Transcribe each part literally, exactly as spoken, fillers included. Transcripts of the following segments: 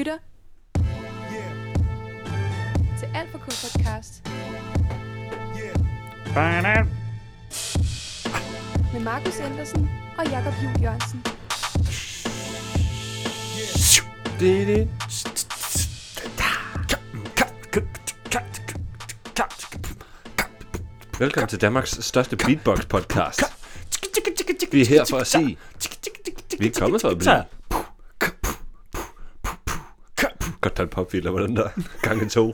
lytter til Alt for K podcast med Markus Andersen og Jakob Juhl Jørgensen. Velkommen til Danmarks største beatbox podcast. Vi er her for at sige, vi er kommet for at blive. Godt tage en popfilter på den der gange to.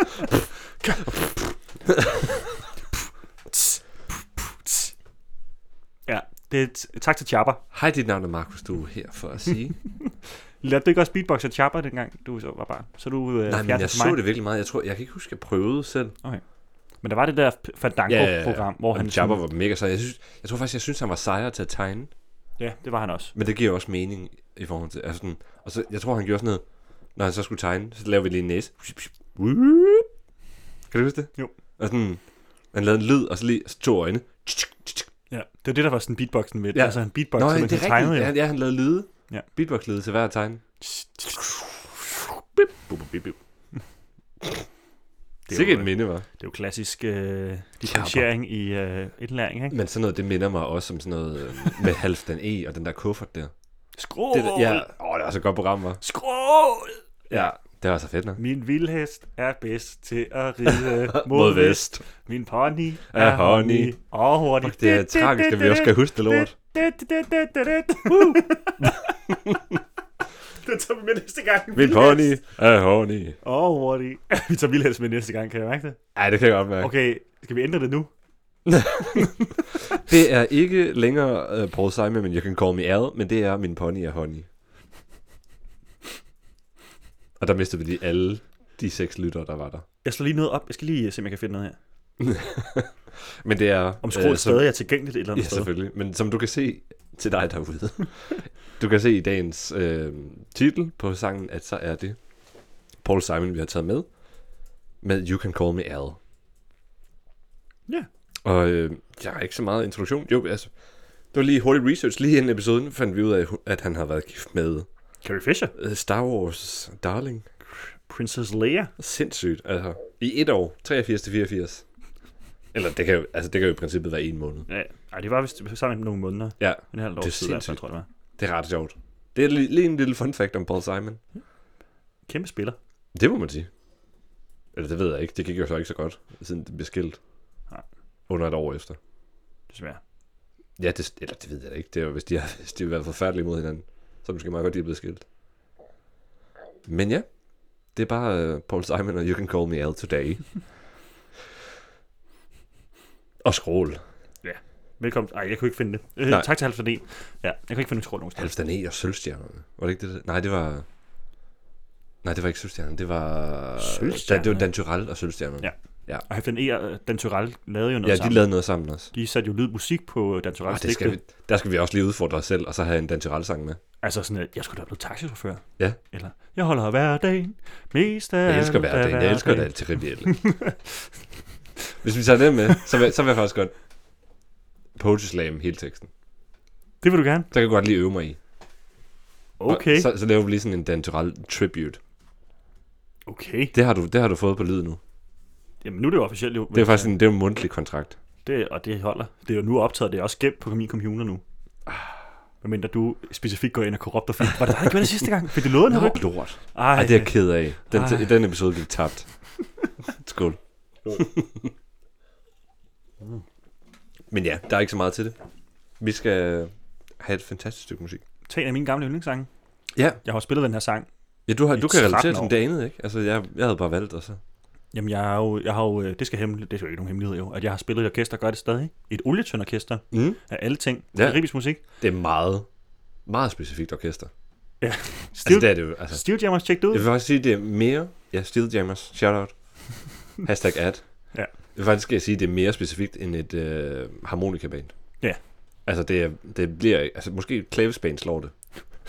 Ja, det er t- tak til Chapper. Hej, dit navn er Markus, du er her for at sige. Lærte du ikke også beatbox af Chapper dengang, du så var barn? Så du øh, Nej, men jeg så det virkelig meget. Jeg tror, jeg kan ikke huske, at jeg prøvede selv. Okay. Men der var det der Fandango-program, ja, ja. hvor han... Chapper var mega sej. Jeg, synes, jeg tror faktisk, jeg synes, han var sejere til at tegne. Ja, det var han også. Men det giver også mening i forhold til... Altså sådan, og så, jeg tror, han gjorde sådan noget, når han så skulle tegne, så lavede vi lige en næse. Kan du huske det? Jo. Og sådan, han lavede en lyd, og så lige to øjne. Ja, det var det, der var sådan beatboxen ved det. Ja. Altså han beatbox, Nå, som ja, man det er tegnede. rigtigt. Ja, ja, han lavede lyde. Ja. Beatbox-lyde til hver tegne. Det er sikkert et minde, var. Det er jo klassisk øh, differentiering i øh, indlæring, ikke? Men sådan noget, det minder mig også om sådan noget øh, med Halfdan E og den der kuffert der. Skrål! Det, der ja, åh, det er også et godt program, var. Skrål! Ja, det var så fedt nok. Min vildhest er bedst til at ride mod, mod vest. Min pony er er honey. honey og hurtig. Fuck, det er tragisk, at vi også skal huske det lort. Det tager vi med næste gang. Min pony er honey. Åh, oh, hurtig. Vi tager vildhest med næste gang, kan jeg mærke det? Ej, det kan jeg godt mærke. Okay, skal vi ændre det nu? Det er ikke længere uh, Paul Simon, men You Can Call Me Al, men det er Min pony er honey. Og der mister vi lige alle de seks lyttere, der var der. Jeg slår lige noget op. Jeg skal lige se, om jeg kan finde noget her. Men det er... Om skrålet øh, stadig er tilgængeligt et eller andet ja, sted. Ja, selvfølgelig. Men som du kan se til dig derude. Du kan se i dagens øh, titel på sangen, at så er det Paul Simon, vi har taget med. Med You Can Call Me Al. Ja. Og øh, jeg har ikke så meget introduktion. Jo, altså... Det var lige hurtigt research. Lige inden episoden fandt vi ud af, at han har været gift med... Carrie Fisher. Uh, Star Wars Darling. Princess Leia. Sindssygt, altså. I et år. treogfirs til fireogfirs. Eller det kan jo, altså det kan jo i princippet være en måned. Ja, ej, det var vist sammen nogle måneder. Ja, en halv år det er siden, sindssygt. tror jeg, det var. Det er ret sjovt. Det er lige, lige en lille fun fact om Paul Simon. Kæmpe spiller. Det må man sige. Eller det ved jeg ikke. Det gik jo så ikke så godt, siden det blev skilt. Nej. Under et år efter. Desværre. Ja, det, eller det ved jeg ikke. Det er jo, hvis de har, hvis de har været forfærdelige mod hinanden, så er det måske meget godt, de er blevet skilt. Men ja, det er bare uh, Paul Simon og You Can Call Me Al Today. Og skrål. Ja, velkommen. Ej, jeg kunne ikke finde det. Øh, tak til Halfdan E. Ja, jeg kunne ikke finde skrål nogen steder. Halfdan E og Sølvstjernerne. Var det ikke det? Nej, det var... Nej, det var ikke Sølvstjernerne. Det var... Sølvstjernerne? Det var Dan Tyrell og Sølvstjernerne. Ja. Ja. Og Halfdan E og Dan Tyrell lavede jo noget ja, sammen. Ja, de lavede noget sammen også. De satte jo lyd musik på Dan Tyrells digte. Skal vi, der skal vi også lige udfordre os selv, og så have en Dan Tyrell-sang med. Altså sådan, at jeg skulle da blive taxichauffør. Ja. Eller, jeg holder hverdagen mest af... Jeg elsker hverdagen. Jeg elsker det alt til trivielle. Hvis vi tager det med, så vil, så vil jeg faktisk godt Poetry Slam hele teksten. Det vil du gerne? Så kan jeg godt lige øve mig i. Okay. Så, så laver vi lige sådan en Dan Tyrell tribute. Okay. Det har du, det har du fået på lyd nu. Jamen nu er det jo officielt jo. Det er faktisk en, det er en mundtlig kontrakt. Det, og det holder. Det er jo nu optaget, det er også gemt på min computer nu. Hvad mindre du specifikt går ind og korrupter film. Var det dig, der gjorde det sidste gang? Fik du lovet noget? Nå, lort. Ej, Ej, det er jeg ked af. Den, Ej. den episode gik tabt. Skål. Men ja, der er ikke så meget til det. Vi skal have et fantastisk stykke musik. Tag en af mine gamle yndlingssange. Ja. Jeg har jo spillet den her sang. Ja, du, har, du kan relatere tretten til år. det andet, ikke? Altså, jeg, jeg havde bare valgt, og så... Jamen, jeg har jo, jeg har jo det skal hemmeligt, det er jo ikke nogen hemmelighed jo, at jeg har spillet i et orkester, gør det stadig. Et olietønderorkester Mm. af alle ting. Ja. Karibisk musik. Det er meget, meget specifikt orkester. Ja. Steel, Steel, altså, det er det jo, altså... Steel Jammers, tjek det ud. Jeg vil faktisk sige, det er mere... Ja, Steel Jammers, shout out. Hashtag ad. Ja. Jeg vil faktisk skal jeg sige, det er mere specifikt end et øh, harmonikaband. Ja. Altså, det, er, det bliver... Altså, måske Clavesband slår det.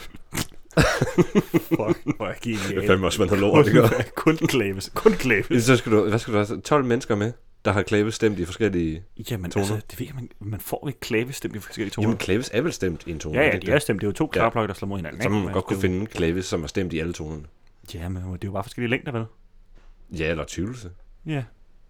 Fuck, hvor er Det er genialt. fandme også, man har lort, det gør. Kun klaves, kun klaves. Så skal du, hvad skal du have? tolv mennesker med, der har Claves stemt i forskellige Jamen, toner. altså, det ved jeg, man, man får ikke klave stemt i forskellige toner. Jamen, Claves er vel stemt i en tone? Ja, er ja, det de ikke er stemt. Det er jo to klaplokke, der slår mod hinanden. det? Så ikke? må man godt kunne Det er finde en Claves, som er stemt i alle tonerne. Ja, men det er jo bare forskellige længder, vel? Ja, eller tyvelse. Ja.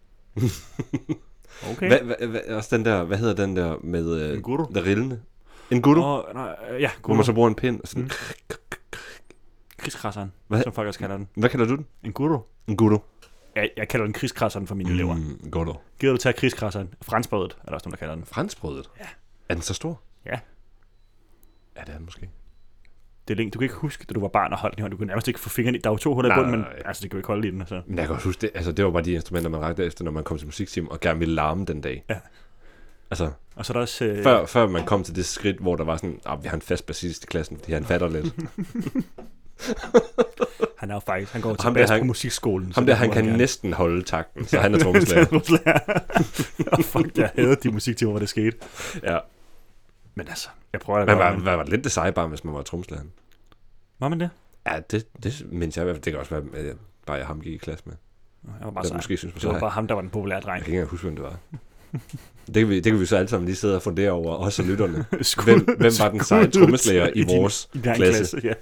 Okay. Hvad, hvad, hvad, også den der, hvad hedder den der med øh, En guru. der rillende? En guru? Oh, nej, ja, Hvor man så bruger en pind og sådan... Mm. Krigskrasseren, Hvad? som folk også kalder den. Hvad kalder du den? En guru. En guru. Jeg, jeg kalder den krigskrasseren for mine elever. Mm, guru. Gider du tage krigskrasseren? Franskbrødet er der også nogen, der kalder den. Franskbrødet? Ja. Er den så stor? Ja. Ja, det er den måske. Det er længe. Du kan ikke huske, da du var barn og holdt den i hånden. Du kunne nærmest ikke få fingrene i. Der var to huller i Nej, bunden, men nej, nej. altså, det kan jo ikke holde i den. Altså. Men jeg kan også huske det. Altså, det var bare de instrumenter, man rakte efter, når man kom til musikteam og gerne ville larme den dag. Ja. Altså, Og så er der også... Øh... før, før man kom til det skridt, hvor der var sådan, ah, vi har en fast bassist i klassen, fordi han fatter lidt. Han er jo faktisk... Han går Ham tilbage der, han- på musikskolen. Ham der, han kan næsten holde takten, så han er trommeslager. Og fuck, jeg havde de musiktimer, hvor det skete. Ja. Men altså, jeg prøver at Men gøre var, var, var det lidt det seje bare, hvis man var trommeslager? Var man det? Ja, det, det mindes jeg i hvert fald. Det kan også være, at jeg, bare jeg ham gik i klasse med. Jeg var bare Jeg sej. måske synes, man Det så var jeg bare ham, der var den populære dreng. kan ikke engang huske, hvem det var. Det kan, vi, det kan vi så alle sammen lige sidde og fundere over, også lytterne. Skud- Hvem, hvem var den seje skud trommeslager i i din- vores I din klasse? klasse, ja.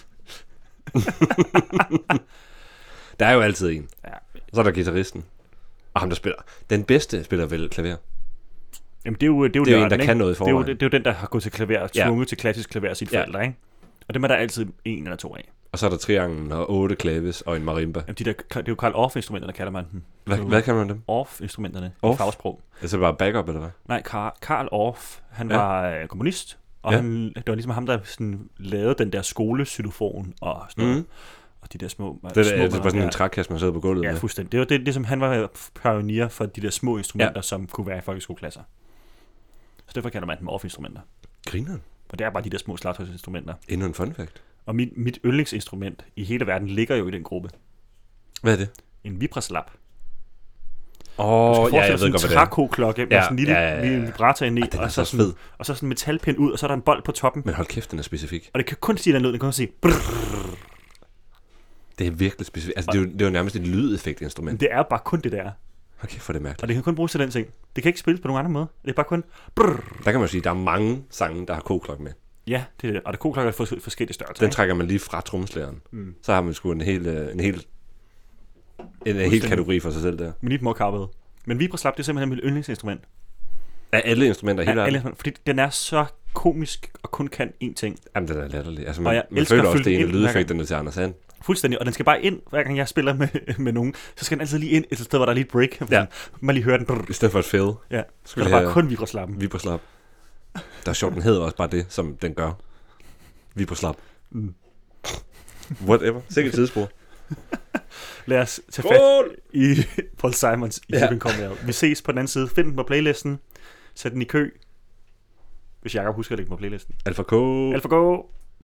Der er jo altid en. Ja. Så er der guitaristen. Og ham, der spiller. Den bedste spiller vel klaver. Jamen, det er jo, det er jo, Det er jo en, nørden, der ikke? kan noget i Det er, jo, forvejen. det, det er jo den, der har gået til klaver og Ja. tvunget til klassisk klaver af sine Ja. forældre, ikke? Og dem er der altid en eller to af. Og så er der trianglen og otte klaves og en marimba. Jamen, de der, det er jo Carl Orff-instrumenterne, kalder man dem. Hvad, Så- hvad kan man dem? Orff-instrumenterne i Orff? fagsprog. Er det så bare backup, eller hvad? Nej, Carl, Carl Orff, han Ja. var øh, kommunist, og Ja. han, det var ligesom ham, der sådan, lavede den der skolexylofon og sådan noget. Mm. Og de der små... Det, er, små det var sådan ja. en trækasse, man sidder på gulvet Ja, med. fuldstændig. Det var det, ligesom han var pioneer for de der små instrumenter, Ja. ja. som kunne være i folkeskoleklasser. Så derfor kalder man dem Orff-instrumenter. Grineren. Og det er bare de der små slagtøjsinstrumenter. Endnu en fun fact. Og mit, mit yndlingsinstrument i hele verden ligger jo i den gruppe. Hvad er det? En vibraslap. Åh, Du oh, skal ja, jeg ved forestille godt, dig hvad sådan det en trækoklokke med Ja, sådan en lille, ja, ja, ja. lille vibrator inde i, er. Den er og, så så sådan, fed. og så sådan en metalpind ud, og så er der en bold på toppen. Men hold kæft, den er specifik. Og det kan kun sige den lyd, den kan kun sige brrrr. Det er virkelig specifikt. Altså, det er jo, det er jo nærmest et lydeffektinstrument. Men det er bare kun det der. Hold kæft, for det er mærkeligt. Og det kan kun bruges til den ting. Det kan ikke spilles på nogen anden måde. Det er bare kun brrrr. Der kan man sige, at der er mange sange, der har koklokke med. Ja, det er det. Og det koklokker er for forskellige størrelser. Den ikke? trækker man lige fra trommeslageren. Mm. Så har man sgu en hel, øh, en hel, en, en hel kategori for sig selv der. Men lidt more carved. Men vibraslap, det er simpelthen mit yndlingsinstrument. Af alle instrumenter i hele Ja, verden. alle, fordi den er så komisk og kun kan én ting. Jamen, den er latterlig. Altså, Og man, jeg man elsker føler at også, det er fylde en af ind hver gang. lydeffekterne til Anders Sand. Fuldstændig. Og den skal bare ind, hver gang jeg spiller med, med nogen. Så skal den altid lige ind et sted, hvor der er lige et break. Ja. Man lige hører den. Brrr. I stedet for et fill. Ja. Så Skulle er der have bare kun vibraslappen. vibraslap. Der er sjovt, den hedder også bare det, som den gør. Vibraslap. Mm. Whatever. Sikkert tidsspor. Lad os tage fat Skål! i Paul Simons i Ja. Shipping Company. Vi ses på den anden side. Find den på playlisten. Sæt den i kø. Hvis Jacob husker at lægge den på playlisten. Alfa K. Alfa Go!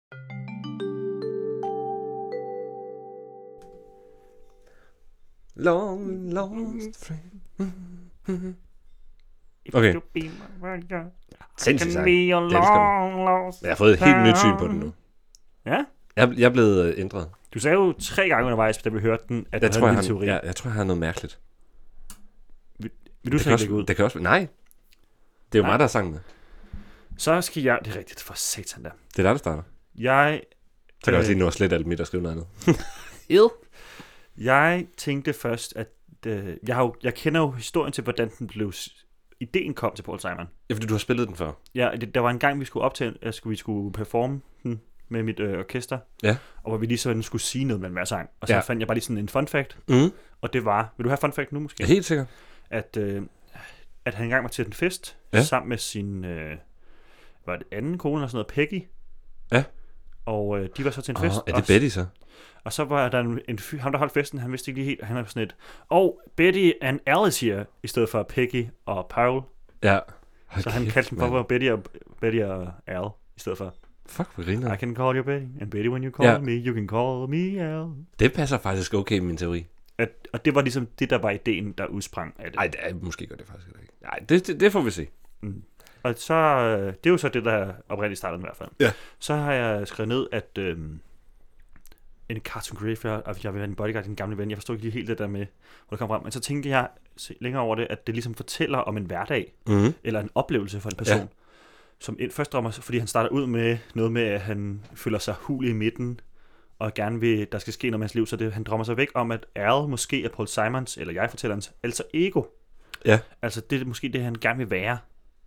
Long lost friend. Okay. Sindssygt sang. Det elsker den. Jeg har fået et helt nyt syn på den nu. Ja? Jeg, jeg er blevet øh, ændret. Du sagde jo tre gange undervejs, da vi hørte den, at Jeg du tror, havde jeg, en har, teori. jeg, jeg tror, jeg har noget mærkeligt. Vil du det, så kan ikke lægge også, ud? det kan også... Nej. Det er jo Nej. mig, der har sangen det. Så skal jeg... Det er rigtigt, for satan der. Det er dig, der starter. Jeg... Så kan jeg også Øh. lige nå at slette alt mit og skrive noget andet. Jeg tænkte først, at... Øh, jeg, har jo, jeg kender jo historien til, hvordan den blev... Ideen kom til Paul Simon. Ja, fordi du har spillet den før. Ja, det, der var en gang, vi skulle optage... Jeg skulle, vi skulle performe den med mit øh, orkester. Ja. Og hvor vi lige sådan skulle sige noget med en sang. Og så Ja. ja. fandt jeg bare lige sådan en fun fact. Mm. Og det var... Vil du have fun fact nu måske? Jeg er helt sikker. At, øh, at han engang var til en fest. Ja. Sammen med sin... Øh, var det anden kone eller sådan noget? Peggy. Ja. Og øh, de var så til en Oh, fest. er det også. Betty så? Og så var der en, en fyr, ham der holdt festen, han vidste ikke lige helt, og han var sådan et, oh, Betty and Al is here, i stedet for Peggy og Paul. Ja. Så han kaldte dem for for Betty og, Betty og Al, i stedet for, Fuck, hvor griner. I can call you Betty, and Betty when you call Ja. me, you can call me Al. Det passer faktisk okay med min teori. At, og det var ligesom det, der var ideen, der udsprang af det. Nej, det er, måske gør det faktisk ikke. Nej, det, det, det får vi se. Mm. Og så, øh, det er jo så det, der oprindeligt startede i hvert fald. Ja. Så har jeg skrevet ned, at øh, en Cartoon Graveyard, og jeg vil være en bodyguard, en gamle ven, jeg forstod ikke lige helt det der med, hvor det kom frem, men så tænkte jeg se længere over det, at det ligesom fortæller om en hverdag, Mm. eller en oplevelse for en person, Ja. ja. som et først drømmer, fordi han starter ud med noget med, at han føler sig hul i midten, og gerne vil, der skal ske noget med hans liv, så det, han drømmer sig væk om, at Al måske er Paul Simons, eller jeg fortæller hans alter ego. Ja. Altså, det er måske det, han gerne vil være.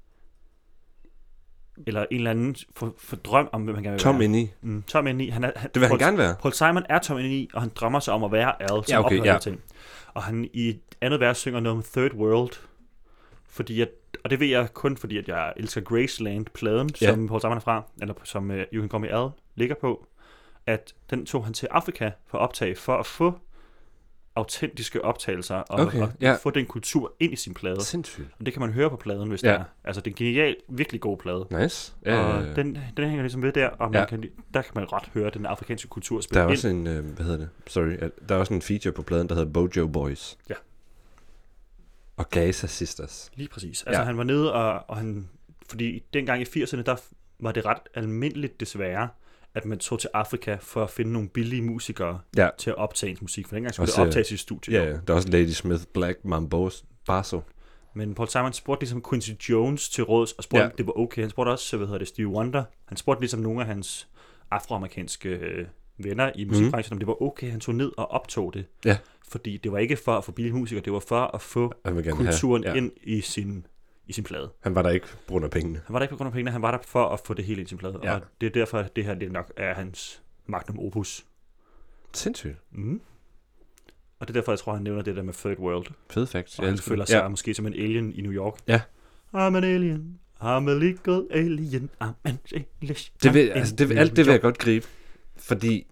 Eller en eller anden for, for drøm om, hvem han gerne vil Tom være. indeni. Mm, Tom indeni. Han er, han, Det vil Paul, han gerne være. Paul Simon er Tom indeni, og han drømmer sig om at være Al, som Ja, okay, ophører ja. ting. Og han i andet vers synger noget om Third World, fordi at, og det ved jeg kun fordi, at jeg elsker Graceland-pladen, Ja. som Paul Simon er fra, eller som uh, You Can Call Me Al ligger på, at den tog han til Afrika for at optage, for at få autentiske optagelser, og, Okay, og ja. få den kultur ind i sin plade. Sindssygt. Og det kan man høre på pladen, hvis Ja. det er. Altså, det er en genial, virkelig god plade. Nice. Ja, Og ja, ja. den, den hænger ligesom ved der, og man Ja. kan, der kan man ret høre den afrikanske kultur Der spille er ind. også en, øh, hvad hedder det? Sorry. øh, Der er også en feature på pladen, der hedder Bojo Boys. Ja. Og Gaza Sisters. Lige præcis. Altså, Ja. han var nede, og, og han... Fordi dengang i firserne, der var det ret almindeligt desværre, at man tog til Afrika for at finde nogle billige musikere Ja. til at optage ens musik. For dengang skulle Også, det optages i studiet. Ja, ja. Der er også Lady Smith, Black Mambo, Basso. Men Paul Simon spurgte ligesom Quincy Jones til råds, og spurgte, Ja. ja. det var okay. Han spurgte også, hvad hedder det, Stevie Wonder. Han spurgte ligesom nogle af hans afroamerikanske øh, venner i musikbranchen, mm. om det var okay, han tog ned og optog det. Ja. Fordi det var ikke for at få billige musikere, det var for at få Han vil gerne kulturen have, ja. ind i sin, i sin plade. Han var der ikke på grund af pengene. Han var der ikke på grund af pengene, han var der for at få det hele ind i sin plade. Ja. Og det er derfor, at det her det nok er hans magnum opus. Sindssygt. Mm. Og det er derfor, jeg tror, han nævner det der med Third World. Fed fact. Og han føler sig ja. måske som en alien i New York. Ja. I'm an alien. I'm a legal alien. I'm an English. Det vil, I'm altså, in det, New alt det vil jeg York. godt gribe. Fordi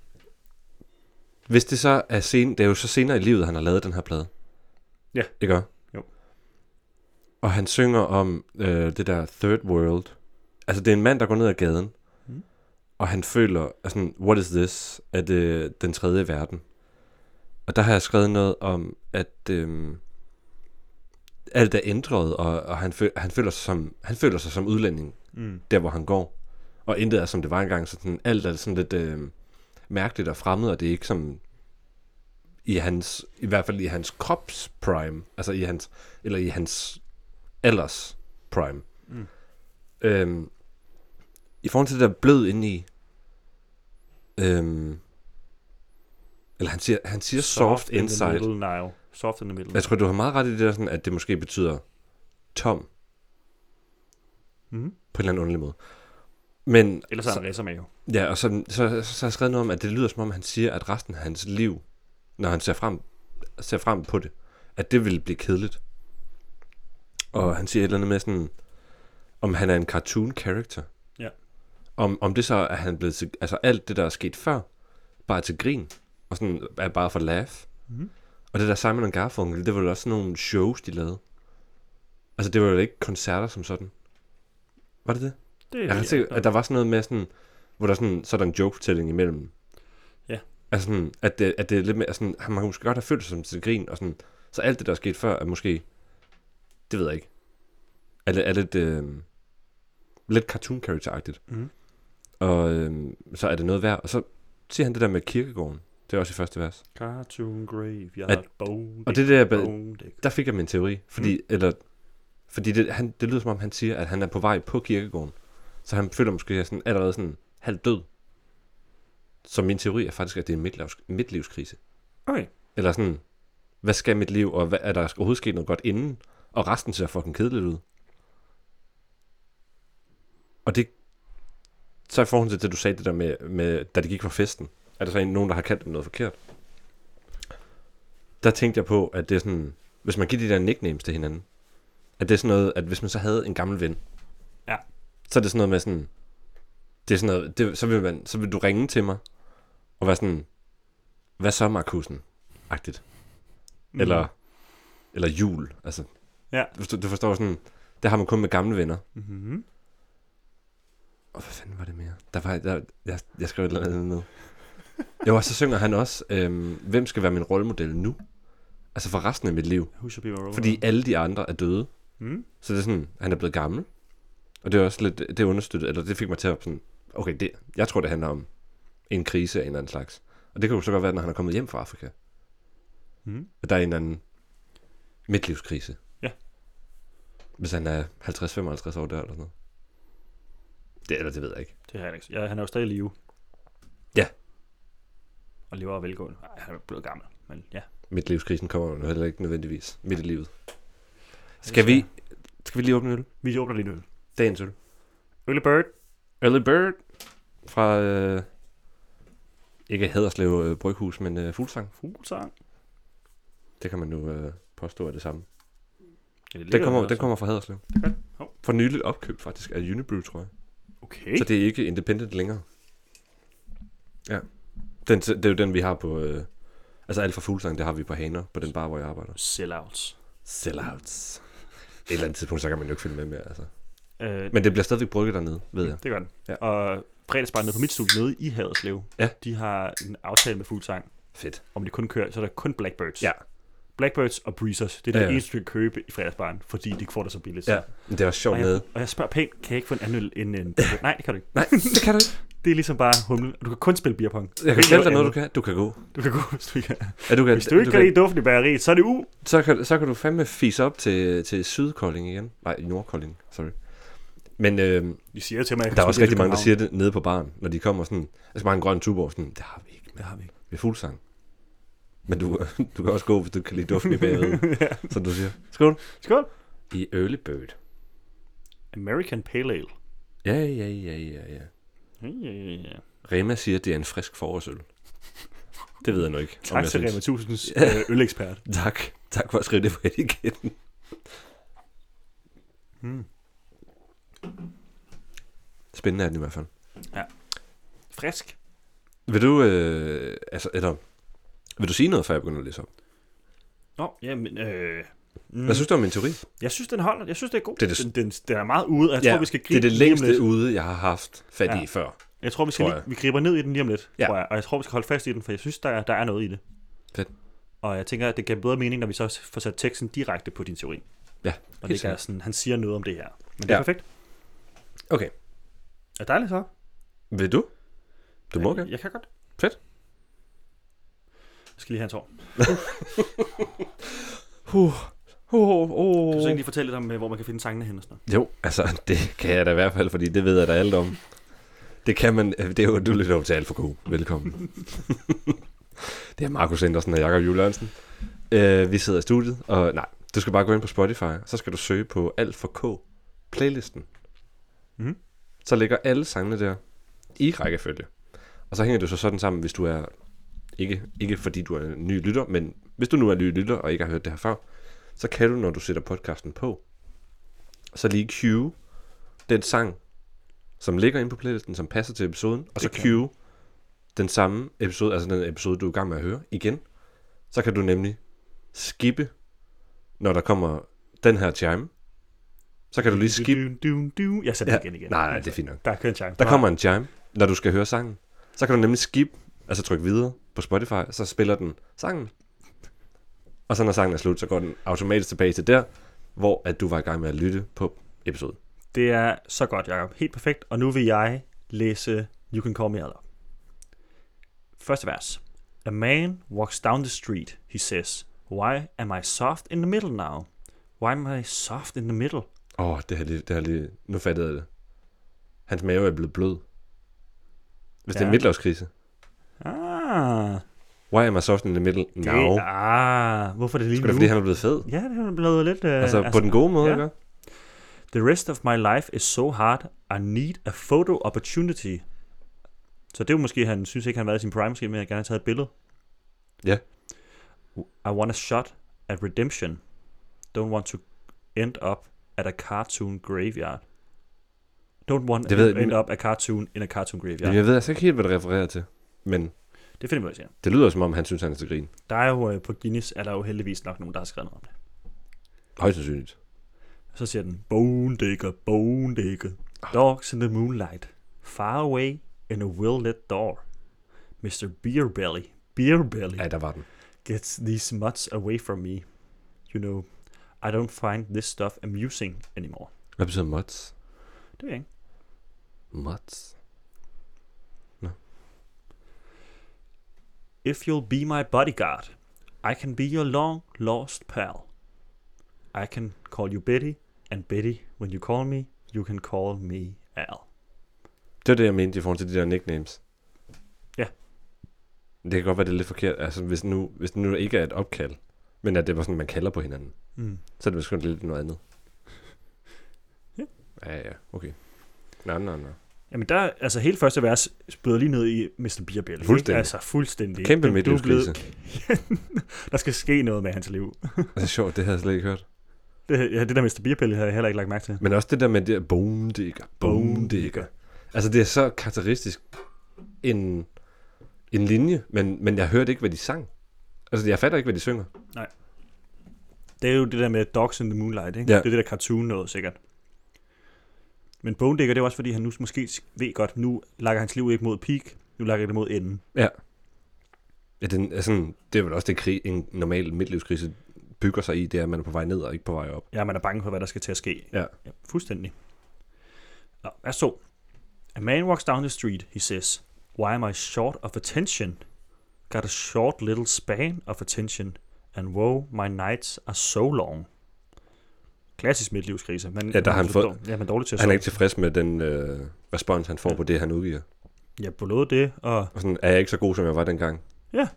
hvis det så er sen, det er jo så senere i livet, han har lavet den her plade. Ja. Ikke også? Jo. Og han synger om øh, det der Third World. Altså det er en mand, der går ned ad gaden. Mm. Og han føler, altså, what is this? Er det den tredje verden? Og der har jeg skrevet noget om, at øh, alt er ændret, og, og han, føl, han, føler sig som, han føler sig som udlænding, Mm. der hvor han går. Og intet er som det var engang, så sådan, alt er sådan lidt øh, mærkeligt og fremmed, og det er ikke som i hans, i hvert fald i hans krops prime, altså i hans, eller i hans alders prime. Mm. Øhm, I forhold til det der blød indeni, øhm, eller han siger, han siger soft, soft in inside. the middle now. Soft in the middle. Jeg tror, du har meget ret i det der, sådan, at det måske betyder tom, Mm. på en eller anden underlig måde. Men, Ellers er han racer med jo. ja, og så, så, så, så har jeg skrevet noget om, at det lyder som om, han siger, at resten af hans liv, når han ser frem, ser frem på det, at det vil blive kedeligt. Og han siger et eller andet med sådan, om han er en cartoon character. Ja. Om, om det så er han blevet til, altså alt det, der er sket før, bare til grin, og sådan er bare for laugh. Mm. Og det der Simon and Garfunkel, det var jo også sådan nogle shows, de lavede. Altså det var jo ikke koncerter som sådan. Var det det? Det Jeg kan se, at der var sådan noget med sådan, hvor der sådan, så er der en joke-fortælling imellem. Ja. Altså sådan, at det, at det er lidt mere sådan, man kan måske godt have følt sig som til grin, og sådan, så alt det, der er sket før, er måske, det ved jeg ikke, er, lidt- er lidt, øh, lidt cartoon character-agtigt. Mm. Og øh, så er det noget værd. Og så siger han det der med kirkegården. Det er også i første vers. Cartoon graveyard. At- bone Og det der, bone dick. der fik jeg min teori. Fordi, mm. eller, fordi det, han, det lyder som om, han siger, at han er på vej på kirkegården. Så han føler måske sådan, allerede sådan halvt død. Så min teori er faktisk, at det er en midtlivs, midtlivskrise. Okay. Eller sådan, hvad skal mit liv, og hvad, er der overhovedet sket noget godt inden? Og resten ser fucking kedeligt ud. Og det, så i forhold til det, du sagde det der med, med da det gik fra festen, er der så en, nogen, der har kaldt dem noget forkert? Der tænkte jeg på, at det er sådan, hvis man giver de der nicknames til hinanden, at det er sådan noget, at hvis man så havde en gammel ven, Ja. så er det sådan noget med sådan, det er sådan noget, det, så, vil man, så vil du ringe til mig, og være sådan, hvad så, Markusen? Agtigt. Mm. Eller, eller jul, altså. Ja. Du, du forstår sådan, det har man kun med gamle venner. Mm-hmm. Og hvad fanden var det mere? Der var, der, jeg, jeg skrev et eller andet ned. Jo, og så synger han også, øhm, hvem skal være min rollemodel nu? Altså for resten af mit liv. Who should be my role Fordi model? alle de andre er døde. Mm. Så det er sådan, han er blevet gammel. Og det er også lidt, det understøttet, eller det fik mig til at sådan, okay, det, jeg tror det handler om en krise af en eller anden slags. Og det kan jo så godt være, når han er kommet hjem fra Afrika. Mm. At der er en eller anden midtlivskrise. Ja. Hvis han er halvtreds til femoghalvtreds år der eller sådan noget. Det, eller det ved jeg ikke. Det har jeg ikke. Ja, han er jo stadig i live. og lever og velgående. Ej, han er blevet gammel, men ja. Midtlivskrisen kommer jo heller ikke nødvendigvis midt i livet. Skal vi, skal vi lige åbne øl? Vi åbner lige en øl. Dagens øl. Early Bird. Early Bird fra, øh, ikke Haderslev øh, Bryghus, men øh, Fuglsang. Fuglsang. Det kan man nu øh, påstå er det samme. Ja, det Den kommer, den kommer fra Haderslev. Okay. Oh. For nyligt opkøbt faktisk af Unibrew, tror jeg. Okay. Så det er ikke independent længere. Ja. Den, det er jo den, vi har på... Øh, altså alt fra Fuglsang, det har vi på Haner, på den bar, hvor jeg arbejder. Sellouts. Sellouts. Et eller andet tidspunkt, så kan man jo ikke finde med mere, altså. Øh, Men det bliver stadigvæk brygget dernede, ved jeg. Det gør den. Ja. Og fredagsbar nede på mit studie nede i Haderslev, Ja. de har en aftale med Fuglsang, Fedt. om de kun kører, så er der kun Blackbirds. Ja. Blackbirds og Breezers, det er det Ja, ja. eneste, du kan købe i fredagsbaren, fordi de får det så billigt. Ja, men det er også sjovt og, med... jeg, og jeg spørger pænt, kan jeg ikke få en anden øl end en... Nej, det kan du ikke. Nej, det kan du ikke. Det er ligesom bare humle. Du kan kun spille beerpong. Jeg kan fortælle dig noget, du kan. Du kan gå. Du kan gå, hvis du ikke kan. Ja, du kan, Hvis du ikke du kan lide duften i bageriet, så er det u. Så kan, så kan du fandme fise op til, til Sydkolding igen. Nej, Nordkolding, sorry. Men øh, De siger til mig, at jeg der er kan også spille rigtig mange, der København. siger det nede på baren, når de kommer sådan... Jeg skal bare en grøn tuborg, sådan... Det har vi ikke. Det har vi ikke. Vi er Fuglsang. Men du, du kan også gå, hvis du kan lide duften i bageriet. Ja. Som du siger. Skål. Skål. I Early Bird. American Pale Ale. Ja, ja, ja, ja, ja. Ja, ja, ja, ja. Rema siger, at det er en frisk forårsøl. Det ved jeg nu ikke. om Tak jeg til synes. Rema Tusinds øh, ølekspert. Tak. Tak for at skrive det på etiketten. Hmm. Spændende er den i hvert fald. Frisk. Vil du, øh, altså, eller, vil du sige noget, før jeg begynder at læse op? Nå, jamen, øh... Mm, Hvad synes du om min teori? jeg synes, den holder. Jeg synes, det er god. Det er det- den, den, den er meget ude, og jeg Ja, tror, vi skal Det gribe er det den lige om længste lidt. ude, jeg har haft fat i Ja. før. Jeg tror, vi, skal tror lige, vi griber ned i den lige om lidt, Ja. tror jeg. Og jeg tror, vi skal holde fast i den, for jeg synes, der er, der er noget i det. Fedt. Og jeg tænker, at det giver bedre mening, når vi så får sat teksten direkte på din teori. Ja, Og helt det er sikkert. sådan, han siger noget om det her. Men det er Ja. perfekt. Okay. Er det dejligt så? Vil du? Du må jeg, gerne. jeg kan godt. Fedt. Jeg skal lige have en tår. Uh, uh, uh. Kan du så ikke lige fortælle lidt om, øh, hvor man kan finde sangene hen og sådan noget? Jo, altså, det kan jeg da i hvert fald, fordi det ved jeg da alt om. Det kan man, det er jo, du lytter jo til alt for god. Velkommen. Det er Markus Andersen og Jakob Juhl Jørgensen. Uh, vi sidder i studiet, og nej, du skal bare gå ind på Spotify, så skal du søge på Alt for K playlisten. Mhm. Så ligger alle sangene der i rækkefølge. Og så hænger du så sådan sammen, hvis du er, ikke, ikke fordi du er en ny lytter, men hvis du nu er en ny lytter og ikke har hørt det her før, så kan du, når du sætter podcasten på, så lige cue den sang, som ligger inde på playlisten, som passer til episoden, og så Det kan cue den samme episode, altså den episode, du er i gang med at høre, igen. Så kan du nemlig skippe, når der kommer den her chime. Så kan du lige skippe. Du, du, du. Jeg sætter Ja. det igen igen. Nej, nej, det er fint nok. Der kører en chime. Der kommer en chime, når du skal høre sangen. Så kan du nemlig skip, altså trykke videre på Spotify, så spiller den sangen. Og så når sangen er slut, så går den automatisk tilbage til der, hvor at du var i gang med at lytte på episoden. Det er så godt, Jacob. Helt perfekt. Og nu vil jeg læse You Can Call Me Other. Første vers. A man walks down the street. He says, why am I soft in the middle now? Why am I soft in the middle? Åh, oh, det har lige, det har lige, nu fattede jeg det. Hans mave er blevet blød. Hvis ja. det er Ja. en midtlivskrise. Ah. Why am I soft in the middle now? Det, ah. Hvorfor er det lige Skulle det, nu? fordi han er blevet fed? Ja, det er blevet lidt... Uh, Altså, altså på den gode måde, ja. ikke? The rest of my life is so hard, I need a photo opportunity. Så det er jo måske, han synes ikke, han har været i sin prime, måske, men jeg gerne have taget et billede. Ja. I want a shot at redemption. Don't want to end up at a cartoon graveyard. Don't want Det to ved jeg- end up a cartoon in a cartoon graveyard. Jamen, jeg ved altså ikke helt, hvad det refererer til. Men Det finder vi også, ja. det lyder som om, han synes, han er til grin. Der er jo øh, på Guinness, er der jo heldigvis nok nogen, der har skrevet noget om det. Højst sandsynligt. Så siger den, bone digger, bone digger, dogs in the moonlight, far away in a well-lit door. mister Beer Belly, Beer Belly, Ja, der var den. gets these mutts away from me. You know, I don't find this stuff amusing anymore. Hvad betyder mods? Det ved jeg ikke. Mods? If you'll be my bodyguard, I can be your long lost pal. I can call you Betty, and Betty, when you call me, you can call me Al. Det er det, jeg mente i forhold til de der nicknames. Ja. Det kan godt være, det er lidt forkert. Altså, hvis nu, hvis det nu ikke er et opkald, men at det var sådan, man kalder på hinanden, Mm. så er det vist kun lidt noget andet. Ja. Ja, ja, okay. Nå, nå, nå. Jamen der, altså hele første vers spøder lige ned i mister Beerbelly. Fuldstændig. Ikke? Altså fuldstændig. Kæmpe Du- du er midtlivskrise. blevet- Der skal ske noget med hans liv. Det er sjovt, det havde jeg slet ikke hørt. Det, ja, det der mister Beerbelly havde jeg heller ikke lagt mærke til. Men også det der med det der bone digger, bone digger. Altså, det er så karakteristisk en, en linje, men, men jeg hørte ikke, hvad de sang. Altså, jeg fatter ikke, hvad de synger. Det er jo det der med Dogs in the Moonlight, ikke? Ja. Det er det der cartoon noget, sikkert. Men Bone Digger, det er også fordi, han nu måske ved godt, nu lakker hans liv ikke mod peak, nu lakker det mod enden. Ja. Ja, den er sådan, det er vel også det, krig, en normal midtlivskrise bygger sig i, det er, at man er på vej ned og ikke på vej op. Ja, man er bange for, hvad der skal til at ske. Ja. Ja, fuldstændig. Nå, vers to. A man walks down the street, he says. Why am I short of attention? Got a short little span of attention. And wow, my nights are so long. Klassisk midtlivskrise. Man, Ja, der har han fået- Ja, man er dårlig til at Han er sove. ikke tilfreds med den øh, respons, han får Ja. på det, han udgiver. Ja, både det og... Og sådan, er jeg ikke så god, som jeg var dengang? Ja.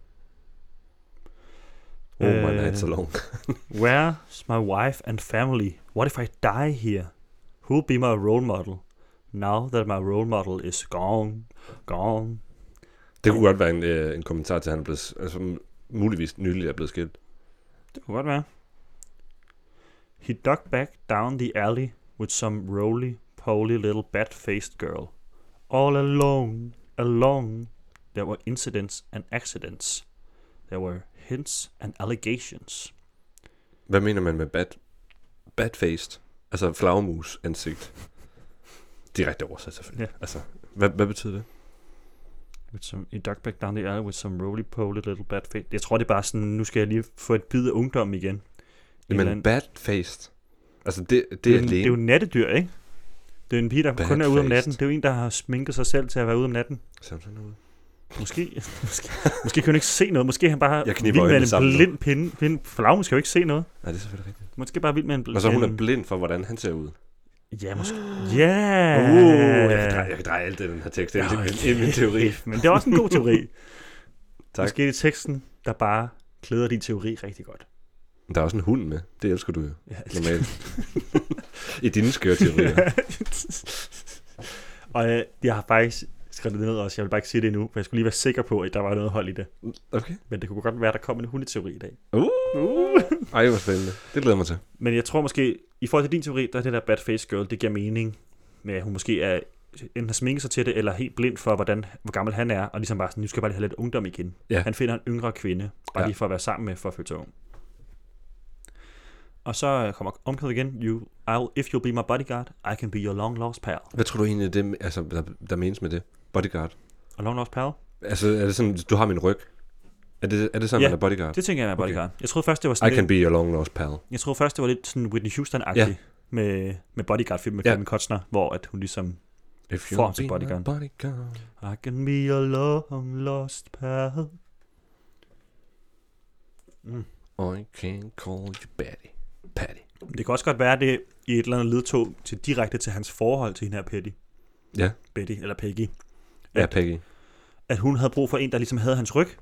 Oh, my Øh. night so long. Where's my wife and family? What if I die here? Who'll be my role model? Now that my role model is gone, gone. Det kunne godt være en, øh, en kommentar til, at han er blevet, altså, muligvis nylig er blevet skilt. Det kunne godt være. He ducked back down the alley with some roly-poly little bat-faced girl. All alone, alone. There were incidents and accidents. There were hints and allegations. Hvad mener man med bad, bad-faced? Altså flagermus ansigt. Direkte oversat selvfølgelig. Ja. Altså, hvad, hvad betyder det? With some, he ducked back down the alley with some roly-poly little bat-faced. Jeg tror, det er bare sådan, nu skal jeg lige få et bid af ungdom igen. En eller Men anden- bad-faced? Altså, det, det, det, er er en, det alene. er jo nattedyr, ikke? Det er en pige, der kun er ude om Bad-faced. natten. Det er jo en, der har sminket sig selv til at være ude om natten. Ser sådan ud. Måske, måske, måske kan hun ikke se noget. Måske er han bare Jeg vild kniber med øjnene en sammen nu. blind pinde. pinde. Flagermus skal jo ikke se noget. Nej, det er selvfølgelig rigtigt. Måske bare vild med en blind Og så hun er blind for, hvordan han ser ud. Ja, måske. Ja. Uh, jeg, kan dreje, jeg kan dreje alt det, den her tekst ind i Ja, min, i min teori. Men det er også en god teori. Tak. Måske er det teksten, der bare klæder din teori rigtig godt. Der er også en hund med. Det elsker du jo Ja, normalt. I dine skøre teorier. Og øh, jeg har faktisk skrevet det ned også. Jeg vil bare ikke sige det endnu, for jeg skulle lige være sikker på, at der var noget hold i det. Okay. Men det kunne godt være, at der kom en hundeteori i dag. Uh. Uh. Ej, hvor spændende. Det glæder mig til. Men jeg tror måske, i forhold til din teori, der er det der bad face girl, det giver mening med, at hun måske er enten har sminket sig til det, eller helt blind for, hvordan, hvor gammel han er, og ligesom bare sådan, nu skal jeg bare lige have lidt ungdom igen. Ja. Han finder en yngre kvinde, bare Ja. lige for at være sammen med, for at føle sig ung. Og så kommer omkvædet igen, you, I'll, if you'll be my bodyguard, I can be your long lost pal. Hvad tror du egentlig, det, altså, der, der menes med det? Bodyguard? Og long lost pal? Altså, er det sådan, du har min ryg? Er det, er det sådan, Ja, man er bodyguard? Det tænker jeg er Okay. bodyguard. Jeg troede først, det var I sådan can lidt, be your long lost pal. jeg troede først, det var lidt sådan Whitney Houston-agtigt Ja. med, med bodyguard-film med Ja. Kevin Costner, hvor at hun ligesom, If Får ham til my bodyguard. bodyguard. I can be your long lost pal. Mm. I can call you Patty. Patty. Det kan også godt være, det i et eller andet ledtog til direkte til hans forhold til hende her Petty. Ja. Betty, eller Peggy. Ja, At, Peggy. at hun havde brug for en, der ligesom havde hans ryg.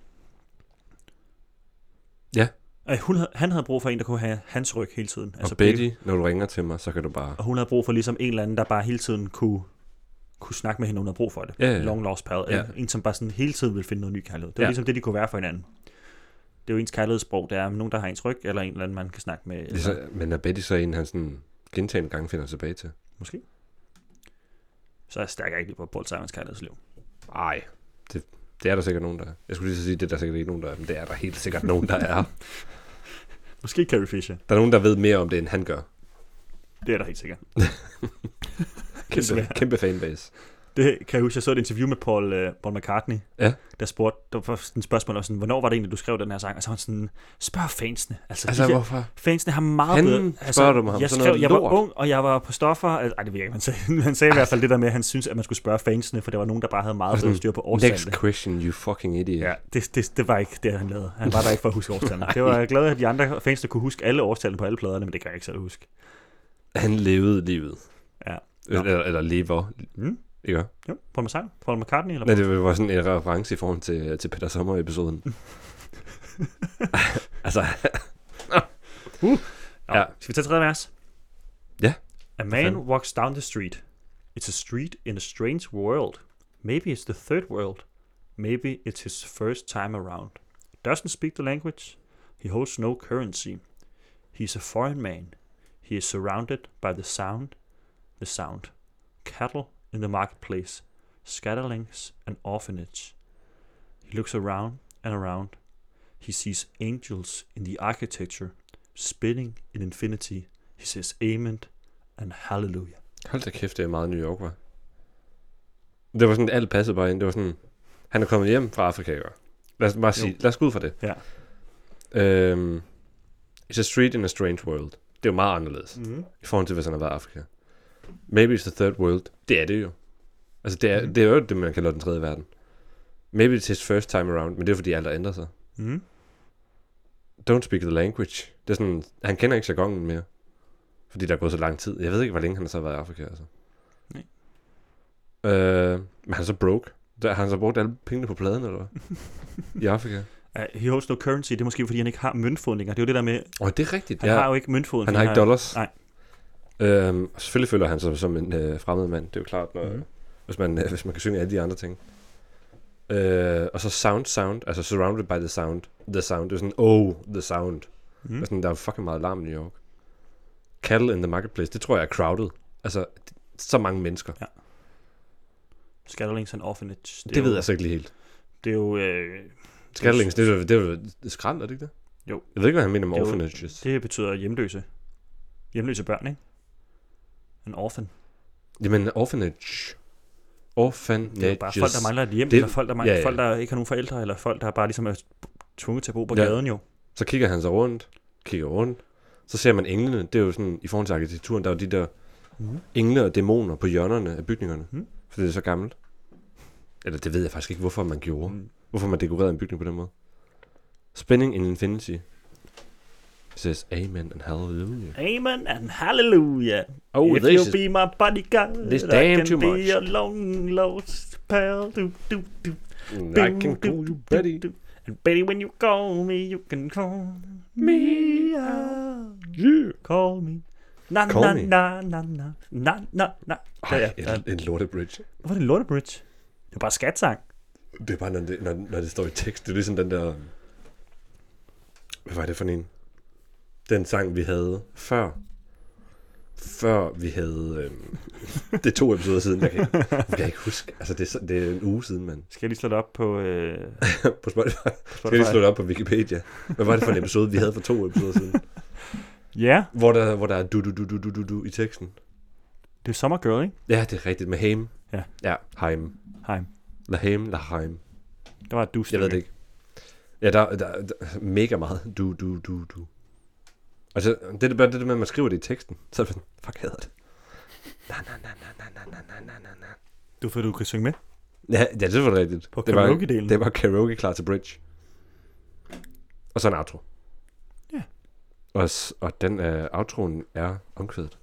Ja. At hun, havde- han havde brug for en, der kunne have hans ryg hele tiden. Og Betty, når du ringer til mig, så kan du bare... Og hun havde brug for ligesom en eller anden, der bare hele tiden kunne, kunne snakke med hende, når hun havde brug for det. Ja, ja, ja. Long lost pal. Ja. Ja. En, som bare sådan hele tiden vil finde noget ny kærlighed. Det var Ja. ligesom det, de kunne være for hinanden. Det er jo ens kærlighedssprog. Det er nogen, der har ens ryg, eller en eller anden, man kan snakke med. Eller, Så, men er Betty så en, han sådan gentagende gange finder tilbage til? måske. Så er stærk ikke lige på Paul Simons kærlighedsliv. Ej, det, det er der sikkert nogen, der er. Jeg skulle lige så sige, det er der sikkert ikke nogen, der er, men det er der helt sikkert nogen, der er. Måske Carrie Fisher. Der er nogen, der ved mere om det, end han gør. Det er der helt sikkert. Kæmpe, Desværre. kæmpe fanbase. Det kan jeg huske, jeg så et interview med Paul, uh, Paul McCartney, Ja. der spurgte, der var sådan et spørgsmål, og sådan, hvornår var det egentlig, du skrev den her sang? Og så var han sådan, spørg fansene. Altså, Altså, de her, hvorfor? fansene har meget Han bedre... Altså, spørger du mig om jeg sådan skrev, noget jeg lort? var ung, og jeg var på stoffer. Altså, ej, det ved jeg ikke, han sagde, han sagde i hvert fald det der med, at han synes, at man skulle spørge fansene, for der var nogen, der bare havde meget bedre styr på Next årstallene. question, you fucking idiot. Ja, det, det, det var ikke det, han lavede. Han var der ikke for at huske årstallene. Det var jeg glad, at de andre fansene kunne huske alle årstallene på alle pladerne, men det kan jeg ikke selv huske. Han levede livet. Ja. Eller, eller lever. Hmm? Ikke? Jo, Paul McCartney, Paul McCartney eller Nej, det var sådan en reference i forhold til, til Peter Sommer-episoden. altså... uh. Ja. Skal vi tage tredje vers? Ja. A man walks down the street. It's a street in a strange world. Maybe it's the third world. Maybe it's his first time around. He doesn't speak the language. He holds no currency. He's a foreign man. He is surrounded by the sound. The sound. Cattle in the marketplace. Scatterlings and orphanage. He looks around and around. He sees angels in the architecture. Spinning in infinity. He says amen and hallelujah. Hold da kæft, det er meget New York, var. Det var sådan, alt passede bare ind. Det var sådan, han er kommet hjem fra Afrika, ikke? Lad os bare sige, lad os gå ud fra det. Ja. Um, it's a street in a strange world. Det er jo meget anderledes, Mm-hmm. i forhold til, hvis han har været i Afrika. Maybe it's the third world. Det er det jo. Altså, det er, Mm. det er jo det, man kalder den tredje verden. Maybe it's his first time around, men det er fordi alt har ændret sig. Mm-hmm. Don't speak the language. Det er sådan, han kender ikke jargonen mere. Fordi der er gået så lang tid. Jeg ved ikke, hvor længe han har så været i Afrika, altså. Nej. Øh, men han er så broke. Der har han så brugt alle pengene på pladen, eller hvad? I Afrika. Uh, he holds no currency. Det er måske, fordi han ikke har møntfodninger. Det er jo det der med, Åh, oh, det er rigtigt. han ja. har jo ikke møntfoden. Han har ikke dollars. Nej. Øhm, og selvfølgelig føler han sig som en øh, fremmed mand. Det er jo klart, når, Mhm. mm. hvis, man, øh, hvis man kan synge alle de andre ting. Øh, og så sound, sound. Altså surrounded by the sound. The sound. Det er sådan, oh, the sound. Mm. Mm. Sådan, der er fucking meget larm i New York. Cattle in the marketplace. Det tror jeg er crowded. Altså, så mange mennesker. Ja. Scatterlings and orphanage. Det, det er ved jo, jeg så ikke lige helt. Det er jo... Øh, Scatterlings, det er jo det er, jo- det er skrald, er det ikke det? Jo. Jeg ved ikke, hvad han mener med Det er jo- orphanages. det betyder hjemløse. Hjemløse børn, ikke? En orphan. Jamen, orphanage. Orphanages. Det er jo bare folk, der mangler et hjem, Det- eller folk der, mangler, ja, ja. folk, der ikke har nogen forældre, eller folk, der bare ligesom er tvunget til at bo på Ja. gaden jo. Så kigger han sig rundt, kigger rundt, så ser man englene. Det er jo sådan, i forhold til arkitekturen, der er jo de der Mm. engle og dæmoner på hjørnerne af bygningerne. Mhm. Fordi det er så gammelt. Eller det ved jeg faktisk ikke, hvorfor man gjorde. Mm. Hvorfor man dekorerede en bygning på den måde. Spinning in infinity. It says amen and hallelujah. Amen and hallelujah. Oh, If this you is... be my bodyguard, this I damn can too be much. your long lost pal. Do, do, do. I can call you Betty. Do. And Betty, when you call me, you can call me out. Yeah. Call me. Na, Call na, me. na, na, na, na, na, na. Ej, Ja, ja. en, en lortebridge. Hvorfor er det en lortebridge? Det er bare skatsang. Det er bare, når det, når, når det står i tekst. Det er ligesom den der... Hvad var det for en? Den sang, vi havde før. Før vi havde... Øhm, det er to episoder siden. Jeg kan, ikke, jeg kan ikke huske. Altså, det er, så- det er en uge siden, mand. Skal jeg lige slå det op på, øh, På Spotify. på Skal jeg lige slå det op på Wikipedia. Hvad var det for en episode, vi havde for to episoder siden? Ja, Hvor der, hvor der er du, du, du, du, du, du, du i teksten. det er Summer Girl, ikke? Ja, det er rigtigt. Med Haim. Ja. Ja, Haim. Heim. La Haim, La Haim. Der var et du Jeg ved det ikke. Ja, der, der, der er mega meget du, du, du, du. Altså, det er bare det der med, at man skriver det i teksten. Så er det sådan, fuck, hedder det. Na, na, na, na, na, na, na, na, na, na. Du får du kan synge med Ja, ja, det var rigtigt. på det var, karaoke-delen. det var karaoke klar til bridge. Og så en outro. Ja. Og, s- og den uh, outroen er omkvædet.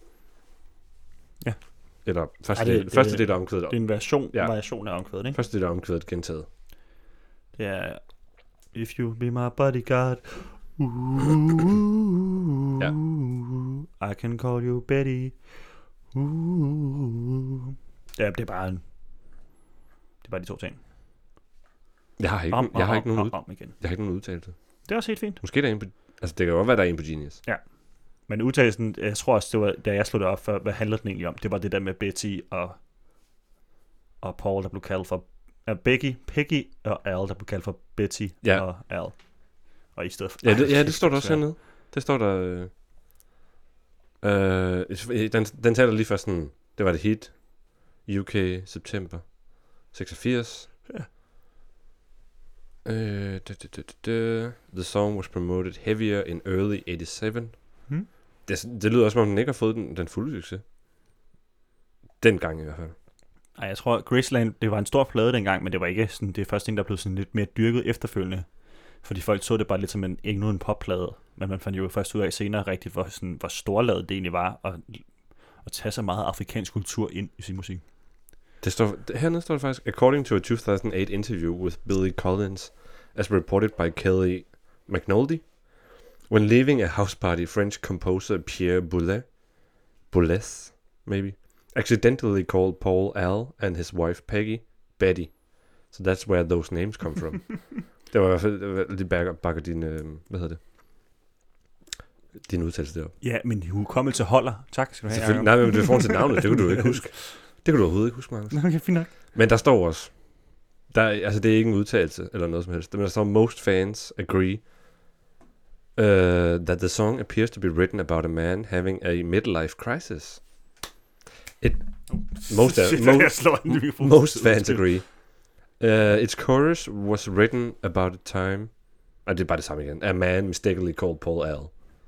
Ja. Eller første, Ej, det- del, det- første del er omkvædet. Det er en version, Ja. ja. variation af omkvædet, ikke? Første del er omkvædet gentaget. Det er If you be my bodyguard, ooh, Ja. I can call you Betty. Ooh. Ja, det er bare en, det er bare de to ting. Jeg har ikke, Om, jeg har om, ikke nogen, om, ud, om igen. jeg har ikke nogen udtalelse. Det er også helt fint. Måske der er en på... Altså, det kan godt være, der er en på Genius. Men udtalelsen, jeg tror også, det var, da jeg slog det op, for, hvad handlede den egentlig om? Det var det der med Betty og, og Paul, der blev kaldt for uh, Becky, Peggy og Al, der blev kaldt for Betty Ja. og Al. Og i stedet for... Ja, det, ja, Ej, det står der også svært. hernede. Det står der... Øh, øh, den, den taler lige først sådan... Det var det hit. U K, september seksogfirs. Ja. Øh, da, da, da, da, da. The song was promoted heavier in early eighty-seven. Hmm? Det, det lyder også, som om den ikke har fået den, den fulde succes. Dengang i hvert fald. Ej, jeg tror, Graceland, det var en stor plade dengang, men det var ikke sådan, det er første ting, der blev sådan lidt mere dyrket efterfølgende. Fordi folk så det bare lidt som en, ikke nu en popplade, men man fandt jo først ud af senere rigtigt, hvor, sådan, hvor storladet det egentlig var, at, at tage så meget afrikansk kultur ind i sin musik. Det står, hernede står det faktisk, according to a two thousand eight interview with Billy Collins, as reported by Kelly McNulty, when leaving a house party, French composer Pierre Boulez, Boulez, maybe, accidentally called Paul Al and his wife Peggy Betty. So that's where those names come from. Det var i hvert fald lidt bakker, bakker din, øh, hvad hedder det? Din udtalelse derop. Ja, men hukommelse holder. Tak skal du have. Selvfølgelig. Nej, men det er forhold til navnet, det kan du ikke huske. Det kan du overhovedet ikke huske, Magnus. Okay, fint nok. Men der står også, der, altså det er ikke en udtalelse eller noget som helst, men der står, most fans agree uh, that the song appears to be written about a man having a midlife crisis. It, most, Shit, most, jeg slår en mikrofon. most fans agree. Uh, its chorus was written about a time, og det er bare det samme igen, a man mistakenly called Paul Al.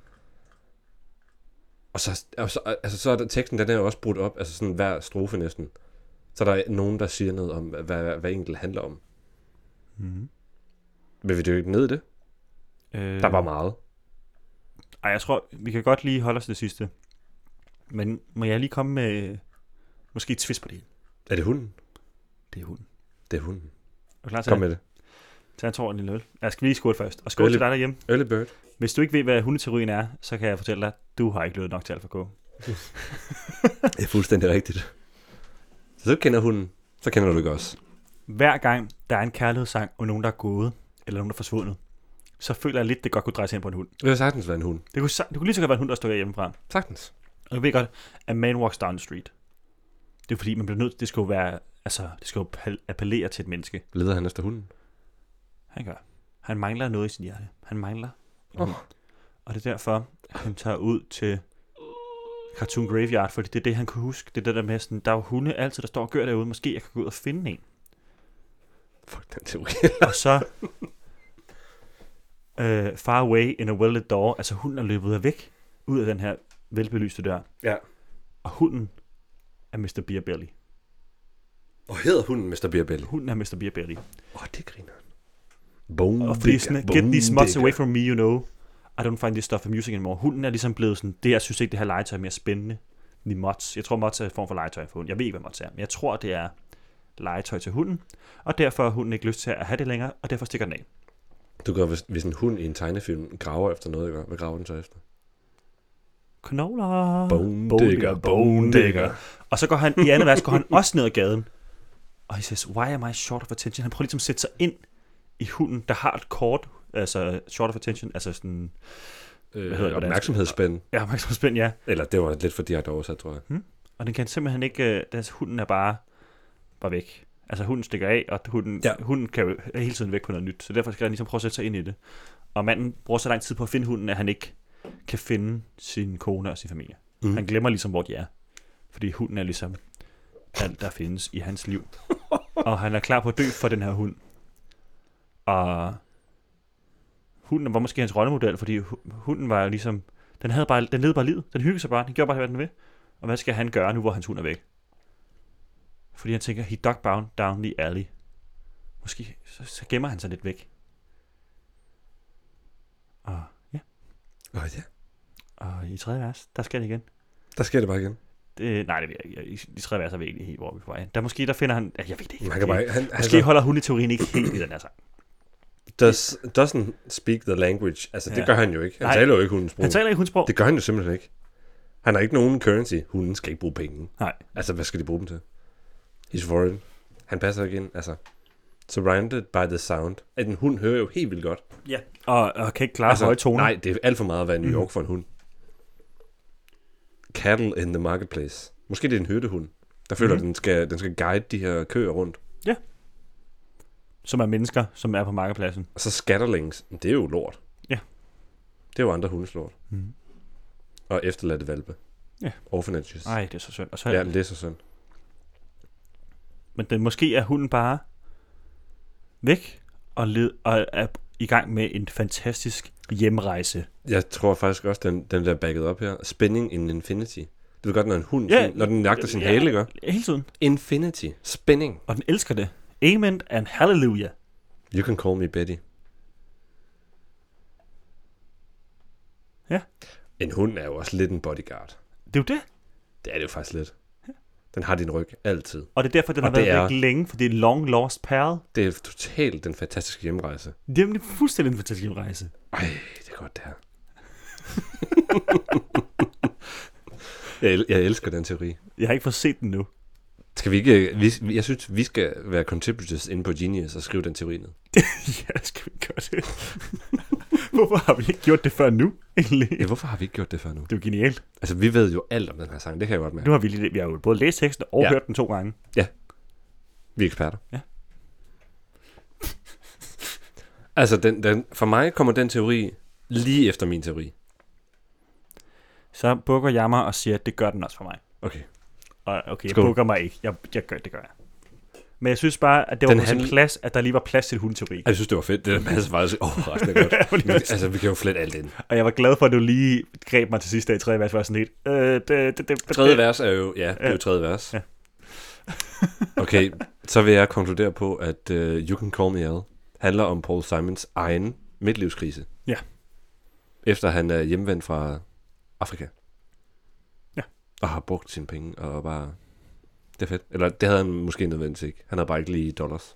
Og så, og så, altså, så er der, teksten, den er jo også brudt op, altså sådan hver strofe næsten. Så der er nogen, der siger noget om, hvad, hvad, hvad enkelt handler om. Mm. Vil vi dykke ned i det? Øh, Der var meget. Ej, jeg tror, vi kan godt lige holde os det sidste. Men må jeg lige komme med måske et twist på det? Er det hunden? Det er hunden. Det er hunden. Er du klar til Kom det? med det. Tag en tår en lille øl. Jeg skal lige skåle først. Og skål Early- til dig derhjemme. Early bird. Hvis du ikke ved, hvad hundeteorien er, så kan jeg fortælle dig, at du har ikke lyttet nok til Alpha K. Det er fuldstændig rigtigt. Så så kender hunden. Så kender du ikke også. Hver gang der er en kærlighedssang, og nogen, der er gået, eller nogen, der er forsvundet, så føler jeg lidt, det godt kunne dreje sig ind på en hund. Det vil sagtens være en hund. Det kunne, sa- det kunne lige så godt være en hund, der står hjemmefra. Sagtens. Og jeg ved godt, at man walks down the street. Det er fordi, man bliver nødt, det skal jo være, altså, det skal jo pal- appellere til et menneske. Leder han efter hunden? Han gør. Han mangler noget i sin hjerte. Han mangler. Åh. Og det er derfor, han tager ud til Cartoon Graveyard, fordi det er det, han kan huske. Det er det der med sådan, der er jo hunde altid, der står og gør derude. Måske jeg kan gå ud og finde en. Fuck den teori. Og så uh, far away in a well-lit door. Altså hunden er løbet af væk ud af den her velbelyste dør. Ja. Og hunden er mister Beer Belly. Og hedder hunden mister Beer Belly? Hunden er mister Beer Belly. Åh, oh, det griner han. Bone Og fordi sådan, get these mutts digger. away from me, you know. I don't find this stuff amusing anymore. Hunden er ligesom blevet sådan, det jeg synes ikke, det her legetøj er mere spændende. End mutts. Jeg tror, mutts er en form for legetøj for hunden. Jeg ved ikke, hvad mutts er, men jeg tror, det er legetøj til hunden. Og derfor har hunden ikke lyst til at have det længere, og derfor stikker den af. Du gør, hvis, hvis en hund i en tegnefilm graver efter noget, ikke? Hvad graver den så efter? Knogler. Bone Bone digger, digger, bone bone digger. digger. Og så går han, i andet vers går han også ned ad gaden. Og han siger, why am I short of attention? Han prøver ligesom at sætte sig ind i hunden, der har et kort, altså short of attention, altså sådan, Øh, Hvad hedder det på dansk? opmærksomhedsspænd. ja, opmærksomhedsspænd, ja. Eller det var lidt for direkte oversat, tror jeg. Og den kan simpelthen ikke, øh, deres hunden er bare, bare væk. Altså hunden stikker af, og hunden, Ja. ja. hunden kan jo er hele tiden væk på noget nyt. Så derfor skal han ligesom prøve at sætte sig ind i det. Og manden bruger så lang tid på at finde hunden, at han ikke kan finde sin kone og sin familie. Mm. Han glemmer ligesom, hvor de er. Fordi hunden er ligesom alt, der findes i hans liv. Og han er klar på at dø for den her hund. Og hunden var måske hans rollemodel, fordi hu- hunden var ligesom, den, havde bare, den levede bare livet. Den hyggede sig bare. Den gjorde bare, hvad den vil. Og hvad skal han gøre nu, hvor hans hund er væk? Fordi han tænker, he dug bound down the alley. Måske så, så gemmer han sig lidt væk. Og ja, Åh, ja. og i tredje vers, der skal det igen. Der sker det bare igen. Det, nej, det ved jeg ikke. I i tredje vers er vi ikke helt, hvor vi er på vej. Der måske, der finder han, ja, jeg ved det ikke. Man kan bare, han, Måske altså, holder hundeteorien ikke helt i den her sang. does, doesn't speak the language. Altså, det Ja. gør han jo ikke. Han Nej. taler jo ikke hundens sprog. Han taler ikke hundsprog. Det gør han jo simpelthen ikke. Han har ikke nogen currency. Hunden skal ikke bruge penge. Nej. Altså, hvad skal de bruge dem til? He's foreign. Han passer ikke ind. Altså, surrounded by the sound. At en hund hører jo helt vildt godt. Ja. Og, og kan ikke klare altså, høje toner. Nej, det er alt for meget at være i New York Mm. for en hund. Cattle in the marketplace. Måske det er en hyrdehund, der føler, Mhm. at den skal, den skal guide de her køer rundt. Som er mennesker, som er på markedspladsen. Og så scatterlings. Det er jo lort. Ja. Det er jo andre hundes lort. Mm. Og efterladte valpe. Ja. Orphanages. Nej, det er så synd. Og så, Ja, men det er så synd. Men den, måske er hunden bare væk og, led, og er i gang med en fantastisk hjemrejse. Jeg tror faktisk også, den, den der backet op her. Spinning in infinity. Du ved godt, når en hund, Ja. sådan, når den jagter sin Ja. hale, gør. Hele tiden. Infinity. Spinning. Og den elsker det. Amen and hallelujah. You can call me Betty. Ja. En hund er jo også lidt en bodyguard. Det er jo det. Det er det jo faktisk lidt. Den har din ryg altid. Og det er derfor, den Og har været det er- væk længe, for det er long lost pearl. Det er totalt den fantastiske hjemrejse. Det er nemlig fuldstændig en fantastisk rejse. Ej, det er godt det her. jeg, el- jeg elsker den teori. Jeg har ikke fået set den nu. Skal vi ikke... Vi, jeg synes, vi skal være contributors inde på Genius og skrive den teori ned. Ja, skal vi gøre det? Hvorfor har vi ikke gjort det før nu, egentlig? Ja, hvorfor har vi ikke gjort det før nu? Det er jo genialt. Altså, vi ved jo alt om den her sang. Det kan jeg godt mærke. Nu har vi, lige, vi har jo både læst teksten og Ja. hørt den to gange. Vi er eksperter. Ja. Altså, den, den, for mig kommer den teori lige efter min teori. Så bukker jeg mig og siger, at det gør den også for mig. Okay. Og okay, jeg Skål. bukker mig ikke. Jeg, jeg gør, det gør jeg. Men jeg synes bare, at det var Den på sin handl- plads, at der lige var plads til en hundteori. Jeg synes, det var fedt. Det er masser faktisk overraskende godt. Vi, altså, vi kan jo flette alt ind. Og jeg var glad for, at du lige greb mig til sidst af i tredje vers, var sådan lidt... Øh, det, det, det, det, Tredje vers er jo... Ja, det er jo Ja. tredje vers. Ja. Okay, så vil jeg konkludere på, at uh, You Can Call Me Al handler om Paul Simons egen midtlivskrise. Ja. Efter han er hjemvendt fra Afrika. Ja. Og har brugt sine penge og bare... Det er fedt. Eller det havde han måske nødvendigvis ikke. Han havde bare ikke lige dollars.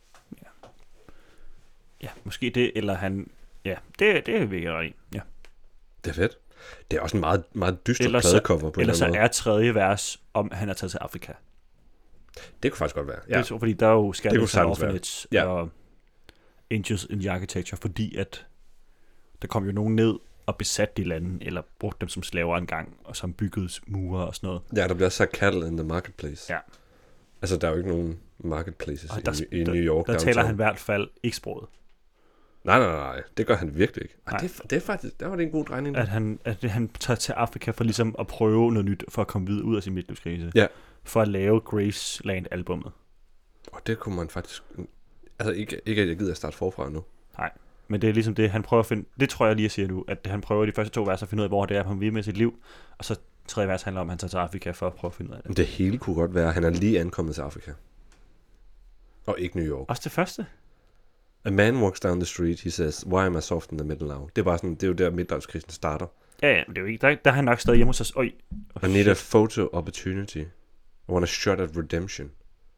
Ja, måske det, eller han... Ja, det, det er vi ikke ret i. Ja. Det er fedt. Det er også en meget, meget dyster Ellers så- pladecover på en Ellers eller så anden måde. er tredje vers, om han er taget til Afrika. Det kunne faktisk godt være. Ja. Ja. Det er, fordi der er jo kunne Scandals and sagtens være. Orphanage Ja. og Angels in the Architecture, fordi at der kom jo nogen ned og besatte de lande, eller brugte dem som slaver engang, og som byggede mure og sådan noget. Ja, der bliver sagt cattle in the marketplace. Ja. Altså, der er jo ikke nogen marketplaces Og i, der- i New York. Der downtown. taler han i hvert fald ikke sproget. Nej, nej, nej, det gør han virkelig ikke. Og Nej. det, er- det er faktisk, der var det en god drejning. At han, at han tager til Afrika for ligesom at prøve noget nyt, for at komme videre ud af sin midtlivskrise. Ja. For at lave Graceland-albummet. Og det kunne man faktisk... Altså, ikke, ikke at jeg gider at starte forfra nu. Men det er ligesom det, han prøver at finde... Det tror jeg lige at sige nu, at han prøver de første to vers at finde ud af, hvor det er, han vil med sit liv. Og så tredje vers handler om, at han tager til Afrika for at prøve at finde ud af det. Men det hele kunne godt være, at han er lige ankommet til Afrika. Og ikke New York. Også det første. A man walks down the street, he says, why am I soft in the middle now? Det er bare sådan, det er jo der midtlivskrisen starter. Ja, ja, men det er jo ikke... Der, der er han nok stadig hjemme hos os. Øj. Oh, I need a photo opportunity. I want a shot at redemption.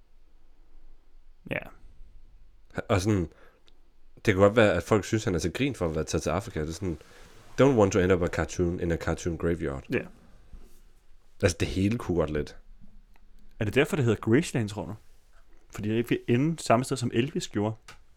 Ja. Og sådan, det kan godt være, at folk synes, han er så grin for at være taget til Afrika. Det er sådan, don't want to end up a cartoon in a cartoon graveyard. Ja. Altså, det hele kunne godt lidt. Er det derfor, det hedder Graceland, tror du? Fordi det ikke vil ende samme sted, som Elvis gjorde.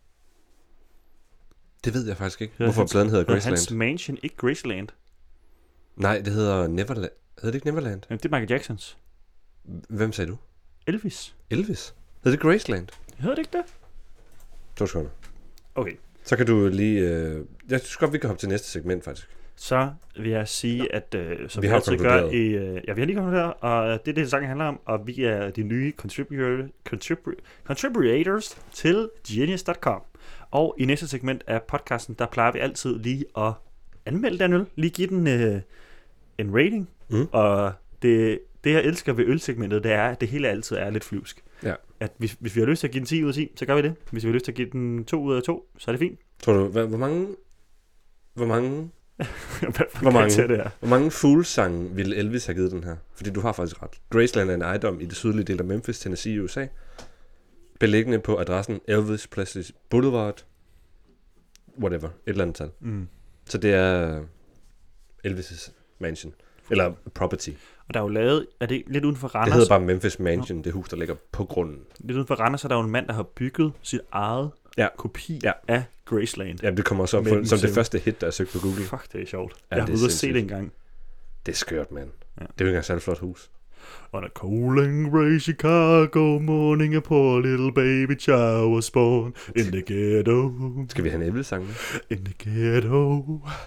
Det ved jeg faktisk ikke. Hedder Hvorfor hans- pladen hedder Hedder Graceland? hans mansion ikke Graceland? Nej, det hedder Neverland. Hedder det ikke Neverland? Jamen, det er Michael Jacksons. Hvem sagde du? Elvis. Elvis? Hedder det Graceland? Hedder det ikke det? To sekunder. Okay. Så kan du lige... Øh... Jeg synes godt, vi kan hoppe til næste segment, faktisk. Så vil jeg sige, at øh, som Vi vi, har altid gør konkluderet. i... Øh, ja, vi har lige konkluderet, og det er det, sangen handler om, og vi er de nye contributor, contribu, contributors til genius punktum com. Og i næste segment af podcasten, der plejer vi altid lige at anmelde den øl, lige give den øh, en rating, Mm. og det, det jeg elsker ved ølsegmentet, det er, at det hele altid er lidt flyvsk. Ja. At hvis, hvis vi har lyst til at give den ti ud af ti, så gør vi det. Hvis vi har lyst til at give den to ud af to, så er det fint. Tror du, hvad, hvor mange... Hvor mange... Hvad for Hvor mange? karakter det er. Hvor mange Fools-sange ville Elvis have givet den her? Fordi du har faktisk ret. Graceland er en ejendom i det sydlige del af Memphis, Tennessee i U S A. Beliggende på adressen Elvis Presley Boulevard. Whatever. Et eller andet tal. Mm. Så det er Elvis' mansion. Eller property. Og der er jo lavet, er det lidt uden for Det Randers? hedder bare Memphis Mansion, det hus, der ligger på grunden. Lidt uden for Randers, så er der jo en mand, der har bygget sit eget Ja. kopi Ja. af Graceland. Ja, det kommer så op Med på, et som det museum. første hit, der er søgt på Google. Fuck, det er sjovt. Ja, Jeg har det er været ude at se sindssygt. det engang. Det er skørt, mand. Ja. Det er jo ikke engang særlig flot hus. On a cold and gray Chicago morning, a poor little baby child was born in the ghetto. Skal vi have en Elvis-sang med? In the ghetto.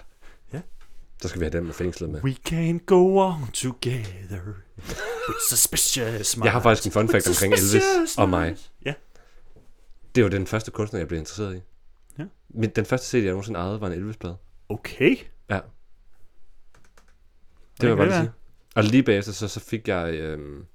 Så skal vi have den med fængslet med. We can't go on together. With suspicious minds. Jeg har faktisk en fun fact With omkring Elvis suspicious og mig. minds. Ja. Det var den første kunstner, jeg blev interesseret i. Ja. Men den første C D, jeg nogensinde ejede, var en Elvis-plade. Okay. Ja. Det Hvordan var bare kan det det sige. Og lige bagefter, så, så fik jeg... Øhm,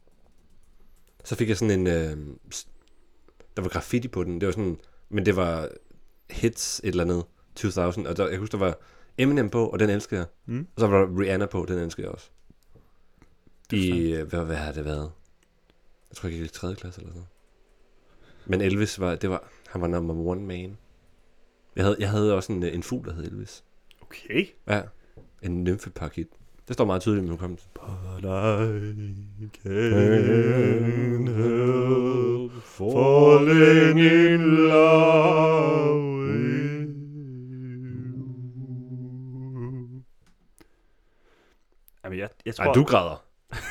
så fik jeg sådan en... Øhm, s- der var graffiti på den. Det var sådan... Men det var hits et eller andet. to tusind. Og der, jeg husker, der var Eminem på, og den elskede jeg. Mm. Og så var der Rihanna på, den elskede jeg også. Det er I... øh, Hvad, hvad har det været? Jeg tror, jeg gik i tredje klasse eller sådan. Men Elvis var, det var, han var number one man. Jeg havde, jeg havde også en, en fugl, der hed Elvis. Okay. Ja, en nymfeparakit. Det står meget tydeligt i min hukommelse. But I can't help falling in love with you. Jamen, jeg, jeg tror... Ej, du græder.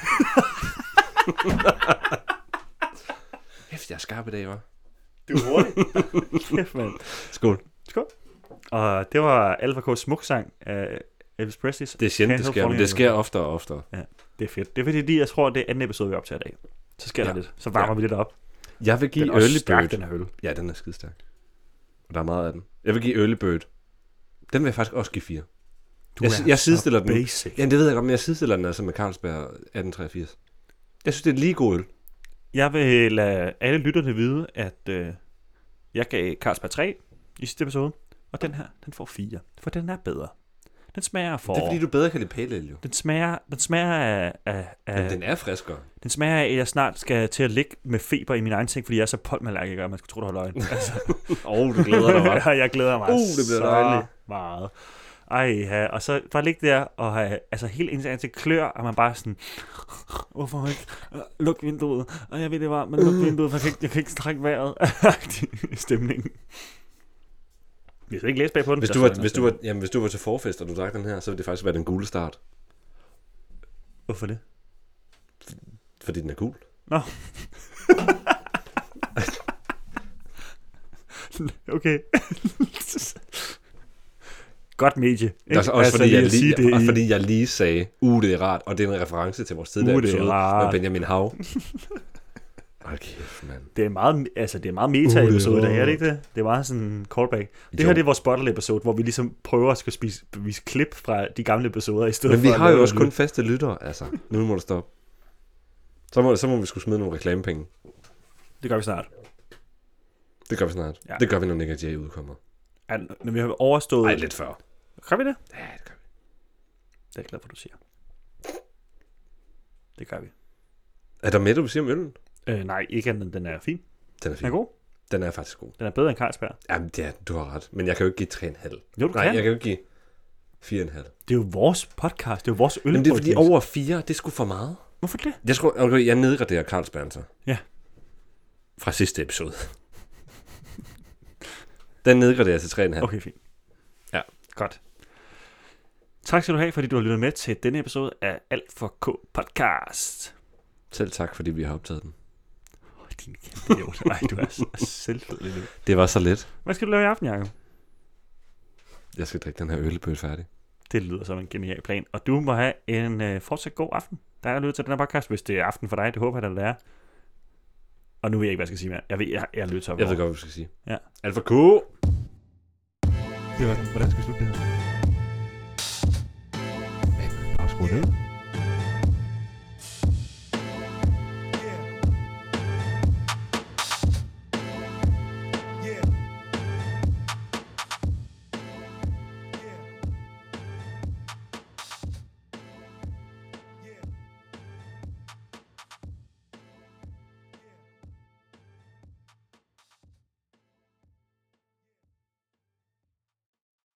Hæft, jeg er skarp i dag, hva'? Du er hurtig. Kæft, mand. Skål. Skål. Og det var Alpha K's smuksang af Elvis Presley's. Det er sjældent, det sker, men det sker oftere og oftere. Ja, det er fedt. Det er fordi, jeg tror, det er anden episode, vi optager i dag. Så sker ja. der lidt. Så varmer ja. vi lidt op. Jeg vil give den Early stærk, Bird. Den er øl. Ja, den er skide stærk. Og der er meget af den. Jeg vil give Early Bird. Den vil jeg faktisk også give fire. Du jeg, er jeg sidestiller så den. basic. Ja, det ved jeg godt, men jeg sidestiller den altså med Carlsberg atten treogfirs. Jeg synes, det er lige god øl. Jeg vil lade alle lytterne vide, at øh, jeg gav Carlsberg tre i sidste episode, og den her, den får fire, for den er bedre. Den smager for... Det er fordi, du bedre kan lide pale ale, jo. Den smager, den smager af... af, af Men den er friskere. Den smager af, at jeg snart skal til at ligge med feber i min egen ting, fordi jeg er så pollenallergiker, at man skulle tro, du har løgn. Altså. Åh, oh, du glæder dig meget. Jeg glæder mig uh, det bliver så dejligt. meget. Ej, ja. Og så bare ligge der og have, altså helt ens til klør, og man bare sådan, hvorfor ikke? Luk vinduet. Og jeg ved det var, men luk vinduet, for jeg kan ikke, jeg kan ikke trække vejret. Stemningen. Vi skal ikke læse bag på den. Hvis du, var, hvis, du var, jamen, hvis du var til forfest, og du drak den her, så ville det faktisk være den gule start. Hvorfor det? Fordi den er gul. Nå. Okay. Godt medie. Altså, også, fordi jeg lige, det og i... fordi jeg lige sagde, uh, det er rart, og det er en reference til vores tidligere uh, episode med Benjamin Hav. Ej, kæft, mand. Det er meget, altså, det er meget meta-episode, uh, det her, er det ikke det? Det er meget sådan en callback. Det jo. Her, det er vores Bottle-episode, hvor vi ligesom prøver at skal spise, vise klip fra de gamle episoder, i stedet Men vi for har jo også lyt. kun faste lyttere, altså. Nu må det stoppe. Så må, så må vi skulle smide nogle reklamepenge. Det gør vi snart. Det gør vi snart. Ja. Det gør vi, når Nick og Jay udkommer. Ja, når vi har overstået... Nej, lidt før. Gør vi det? Ja, det gør vi. Det er jeg glad for, du siger. Det gør vi. Er der mere, du vil sige om øllen? Øh, nej, ikke andet, den er fin. Den er fin. Den er god. Den er faktisk god. Den er bedre end Carlsberg. Jamen, ja, du har ret. Men jeg kan jo ikke give tre komma fem. Jo, du Nej, kan. jeg kan jo ikke give fire komma fem. Det er jo vores podcast. Det er jo vores øl. Men det er fordi over fire, det er sgu for meget. Hvorfor det? Jeg, skulle, okay, jeg nedgraderer Carlsberg så. Ja. Fra sidste episode. Den nedgraderer til tre komma fem. Okay, fint. Ja. Godt. Tak skal du have, fordi du har lyttet med til denne episode af Alt for K podcast. Selv tak, fordi vi har optaget den. Åh, oh, din kæmpe idiot. Nej, du er så selvfødelig nu. Det var så let. Hvad skal du lave i aften, Jacob? Jeg skal drikke den her ølbøl færdig. Det lyder som en genial plan. Og du må have en uh, fortsat god aften. Der er lyttet til den her podcast, hvis det er aften for dig. Det håber jeg, at det er. Og nu ved jeg ikke, hvad jeg skal sige mere. Jeg ved, jeg, jeg er nødt til at... Jeg ved godt, hvad du skal sige. Ja. Alt for K. Det var den. Hvordan skal vi slutte det her? Afskru ned.